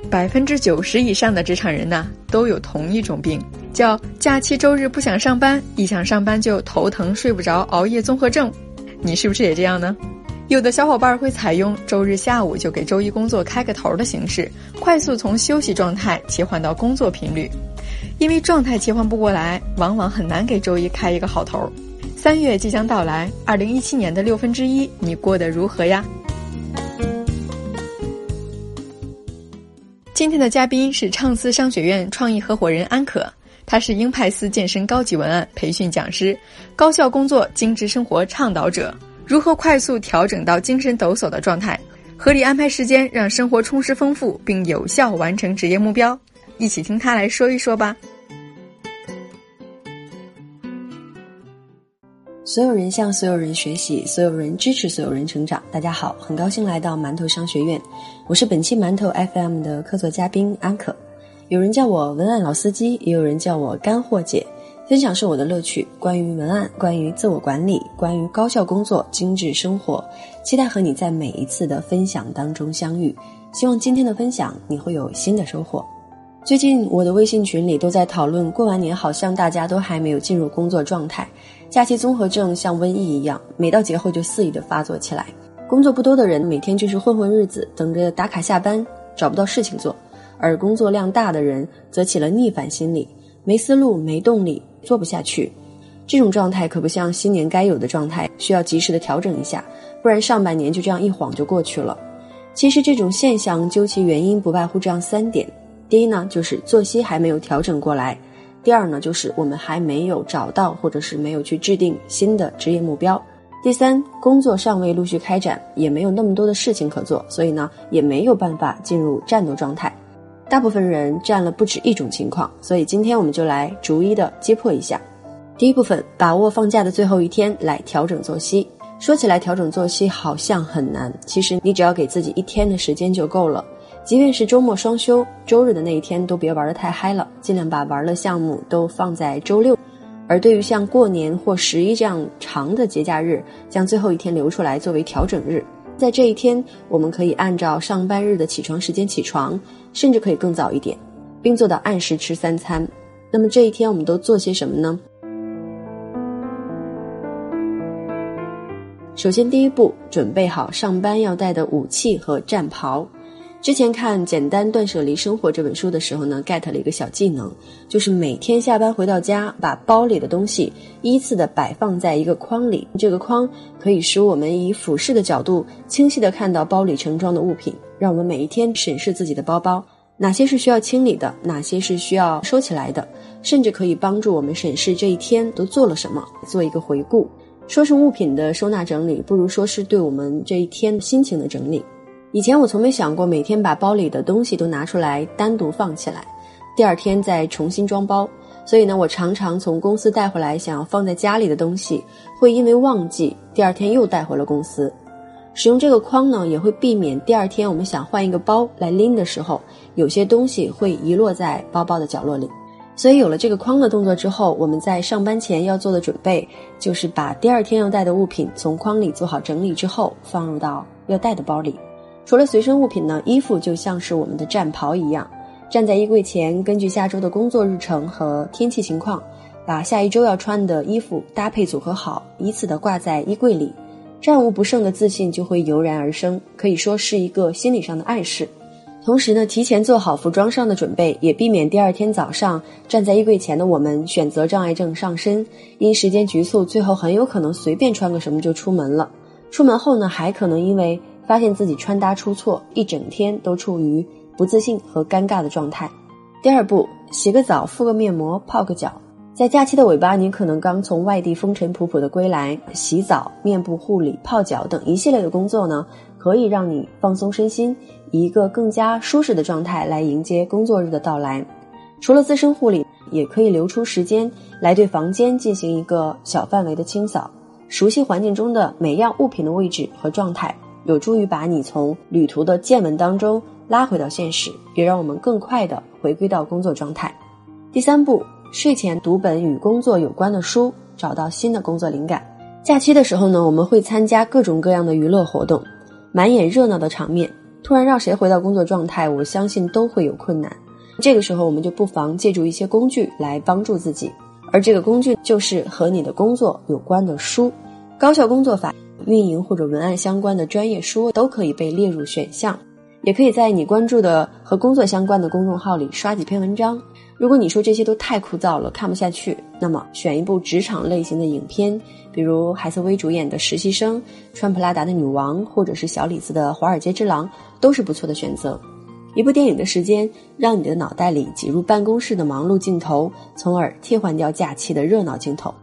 90%以上的职场人呢，都有同一种病，叫假期周日不想上班，一想上班就头疼睡不着，熬夜综合症。你是不是也这样呢？有的小伙伴会采用周日下午就给周一工作开个头的形式，快速从休息状态切换到工作频率。因为状态切换不过来，往往很难给周一开一个好头。3月即将到来，2017年的1/6，你过得如何呀？今天的嘉宾是畅思商学院创意合伙人安可，他是英派斯健身高级文案培训讲师，高效工作精致生活倡导者。如何快速调整到精神抖擞的状态，合理安排时间，让生活充实丰富，并有效完成职业目标？一起听他来说一说吧。 所有人向所有人学习，所有人支持所有人成长。大家好，很高兴来到馒头商学院，我是本期馒头 FM 的客座嘉宾安可。有人叫我文案老司机，也有人叫我干货姐。分享是我的乐趣，关于文案，关于自我管理，关于高效工作，精致生活，期待和你在每一次的分享当中相遇。希望今天的分享你会有新的收获。最近我的微信群里都在讨论，过完年好像大家都还没有进入工作状态，假期综合症像瘟疫一样，每到节后就肆意的发作起来。工作不多的人每天就是混混日子，等着打卡下班，找不到事情做，而工作量大的人则起了逆反心理，没思路没动力，做不下去。这种状态可不像新年该有的状态，需要及时的调整一下，不然上半年就这样一晃就过去了。其实这种现象究其原因不外乎这样3点。第一呢，就是作息还没有调整过来。第二呢，就是我们还没有找到或者是没有去制定新的职业目标。第三，工作尚未陆续开展，也没有那么多的事情可做，所以呢，也没有办法进入战斗状态。大部分人占了不止一种情况，所以今天我们就来逐一的揭破一下。第一部分，把握放假的最后一天来调整作息。说起来调整作息好像很难，其实你只要给自己1天的时间就够了。即便是周末双休，周日的那一天都别玩得太嗨了，尽量把玩的项目都放在周六。而对于像过年或11这样长的节假日，将最后一天留出来作为调整日。在这一天，我们可以按照上班日的起床时间起床，甚至可以更早一点，并做到按时吃3餐。那么这一天我们都做些什么呢？首先第一步，准备好上班要带的武器和战袍。之前看《简单断舍离生活》这本书的时候呢 get 了一个小技能，就是每天下班回到家，把包里的东西依次的摆放在一个框里，这个框可以使我们以俯视的角度清晰的看到包里盛装的物品，让我们每一天审视自己的包包，哪些是需要清理的，哪些是需要收起来的，甚至可以帮助我们审视这一天都做了什么，做一个回顾。说是物品的收纳整理，不如说是对我们这一天心情的整理。以前我从没想过每天把包里的东西都拿出来单独放起来，第二天再重新装包，所以呢，我常常从公司带回来想要放在家里的东西，会因为忘记第二天又带回了公司。使用这个框呢，也会避免第二天我们想换一个包来拎的时候，有些东西会遗落在包包的角落里。所以有了这个框的动作之后，我们在上班前要做的准备，就是把第二天要带的物品从框里做好整理之后，放入到要带的包里。除了随身物品呢，衣服就像是我们的战袍一样，站在衣柜前，根据下周的工作日程和天气情况，把下一周要穿的衣服搭配组合好，依次的挂在衣柜里，战无不胜的自信就会油然而生，可以说是一个心理上的暗示。同时呢，提前做好服装上的准备，也避免第二天早上站在衣柜前的我们选择障碍症上身，因时间局促，最后很有可能随便穿个什么就出门了。出门后呢，还可能因为发现自己穿搭出错，一整天都处于不自信和尴尬的状态。第二步，洗个澡，敷个面膜，泡个脚。在假期的尾巴，你可能刚从外地风尘仆仆的归来，洗澡、面部护理、泡脚等一系列的工作呢，可以让你放松身心，以一个更加舒适的状态来迎接工作日的到来。除了自身护理，也可以留出时间来对房间进行一个小范围的清扫，熟悉环境中的每样物品的位置和状态，有助于把你从旅途的见闻当中拉回到现实，也让我们更快地回归到工作状态。第三步，睡前读本与工作有关的书，找到新的工作灵感。假期的时候呢，我们会参加各种各样的娱乐活动，满眼热闹的场面， 突然让谁回到工作状态，我相信都会有困难。这个时候我们就不妨借助一些工具来帮助自己，而这个工具就是和你的工作有关的书。高效工作法、运营或者文案相关的专业书都可以被列入选项，也可以在你关注的和工作相关的公众号里刷几篇文章。如果你说这些都太枯燥了，看不下去，那么选一部职场类型的影片，比如海瑟薇主演的《实习生》、穿普拉达的女王，或者是小李子的《华尔街之狼》，都是不错的选择。一部电影的时间，让你的脑袋里挤入办公室的忙碌镜头，从而替换掉假期的热闹镜头。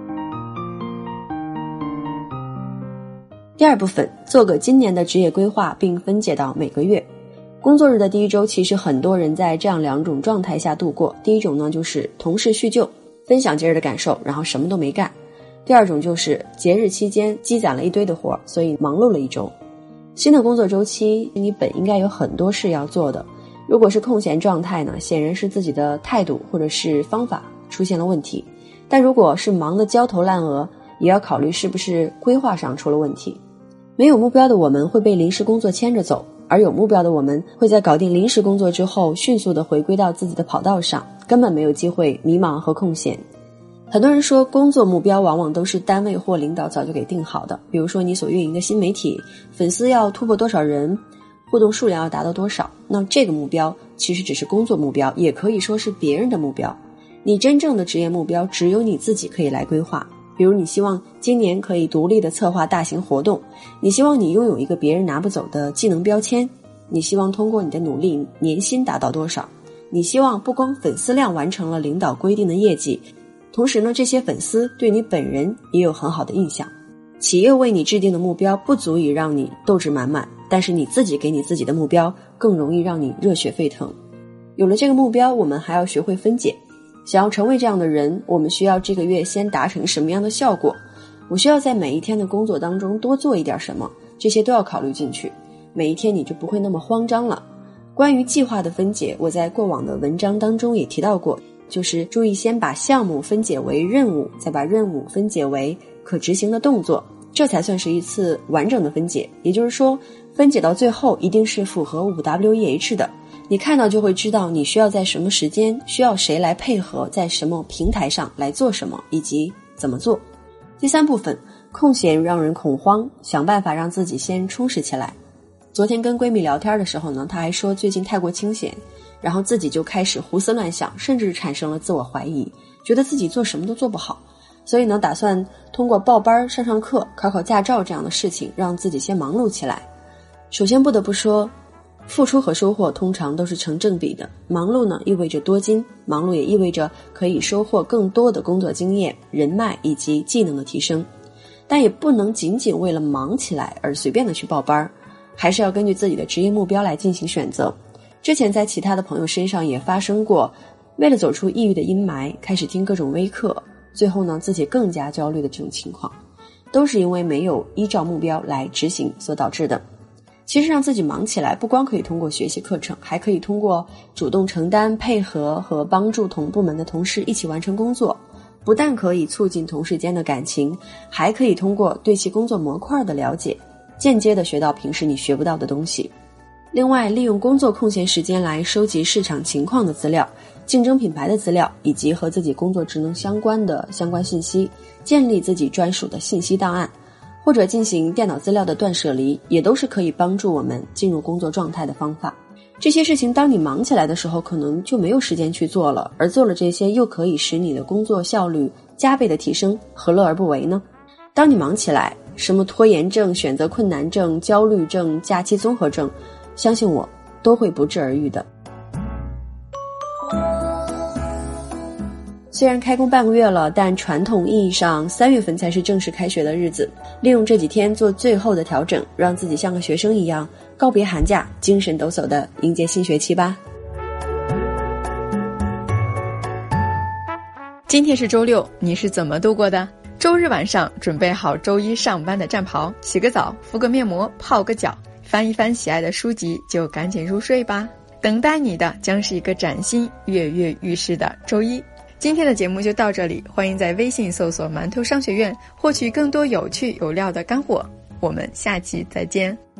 第二部分，做个今年的职业规划，并分解到每个月。工作日的第一周，其实很多人在这样两种状态下度过。第一种呢，就是同事叙旧，分享节日的感受，然后什么都没干。第二种就是节日期间积攒了一堆的活，所以忙碌了一周。新的工作周期，你本应该有很多事要做的。如果是空闲状态呢，显然是自己的态度或者是方法出现了问题。但如果是忙得焦头烂额，也要考虑是不是规划上出了问题。没有目标的我们会被临时工作牵着走，而有目标的我们会在搞定临时工作之后，迅速地回归到自己的跑道上，根本没有机会迷茫和空闲。很多人说工作目标往往都是单位或领导早就给定好的，比如说你所运营的新媒体，粉丝要突破多少人，互动数量要达到多少，那这个目标其实只是工作目标，也可以说是别人的目标。你真正的职业目标只有你自己可以来规划。比如你希望今年可以独立的策划大型活动，你希望你拥有一个别人拿不走的技能标签，你希望通过你的努力年薪达到多少，你希望不光粉丝量完成了领导规定的业绩，同时呢，这些粉丝对你本人也有很好的印象。企业为你制定的目标不足以让你斗志满满，但是你自己给你自己的目标更容易让你热血沸腾。有了这个目标，我们还要学会分解。想要成为这样的人，我们需要这个月先达成什么样的效果？我需要在每一天的工作当中多做一点什么？这些都要考虑进去。每一天你就不会那么慌张了。关于计划的分解，我在过往的文章当中也提到过，就是注意先把项目分解为任务，再把任务分解为可执行的动作，这才算是一次完整的分解。也就是说，分解到最后一定是符合 5WEH 的。你看到就会知道你需要在什么时间，需要谁来配合，在什么平台上来做什么，以及怎么做。第三部分，空闲让人恐慌，想办法让自己先充实起来。昨天跟闺蜜聊天的时候呢，她还说最近太过清闲，然后自己就开始胡思乱想，甚至产生了自我怀疑，觉得自己做什么都做不好。所以呢，打算通过报班、上上课、考考驾照这样的事情，让自己先忙碌起来。首先不得不说，付出和收获通常都是成正比的。忙碌呢意味着多金，忙碌也意味着可以收获更多的工作经验、人脉以及技能的提升。但也不能仅仅为了忙起来而随便的去报班，还是要根据自己的职业目标来进行选择。之前在其他的朋友身上也发生过，为了走出抑郁的阴霾，开始听各种微课，最后呢自己更加焦虑的这种情况，都是因为没有依照目标来执行所导致的。其实让自己忙起来，不光可以通过学习课程，还可以通过主动承担、配合和帮助同部门的同事一起完成工作。不但可以促进同事间的感情，还可以通过对其工作模块的了解，间接的学到平时你学不到的东西。另外，利用工作空闲时间来收集市场情况的资料、竞争品牌的资料，以及和自己工作职能相关的相关信息，建立自己专属的信息档案，或者进行电脑资料的断舍离，也都是可以帮助我们进入工作状态的方法。这些事情当你忙起来的时候，可能就没有时间去做了，而做了这些又可以使你的工作效率加倍的提升，何乐而不为呢？当你忙起来，什么拖延症、选择困难症、焦虑症、假期综合症，相信我，都会不治而愈的。虽然开工半个月了，但传统意义上3月份才是正式开学的日子。利用这几天做最后的调整，让自己像个学生一样告别寒假，精神抖擞地迎接新学期吧。 今天是周六，你是怎么度过的？周日晚上准备好周一上班的战袍，洗个澡，敷个面膜，泡个脚，翻一翻喜爱的书籍，就赶紧入睡吧。等待你的将是一个崭新、跃跃欲试的周一。今天的节目就到这里，欢迎在微信搜索馒头商学院获取更多有趣有料的干货，我们下期再见。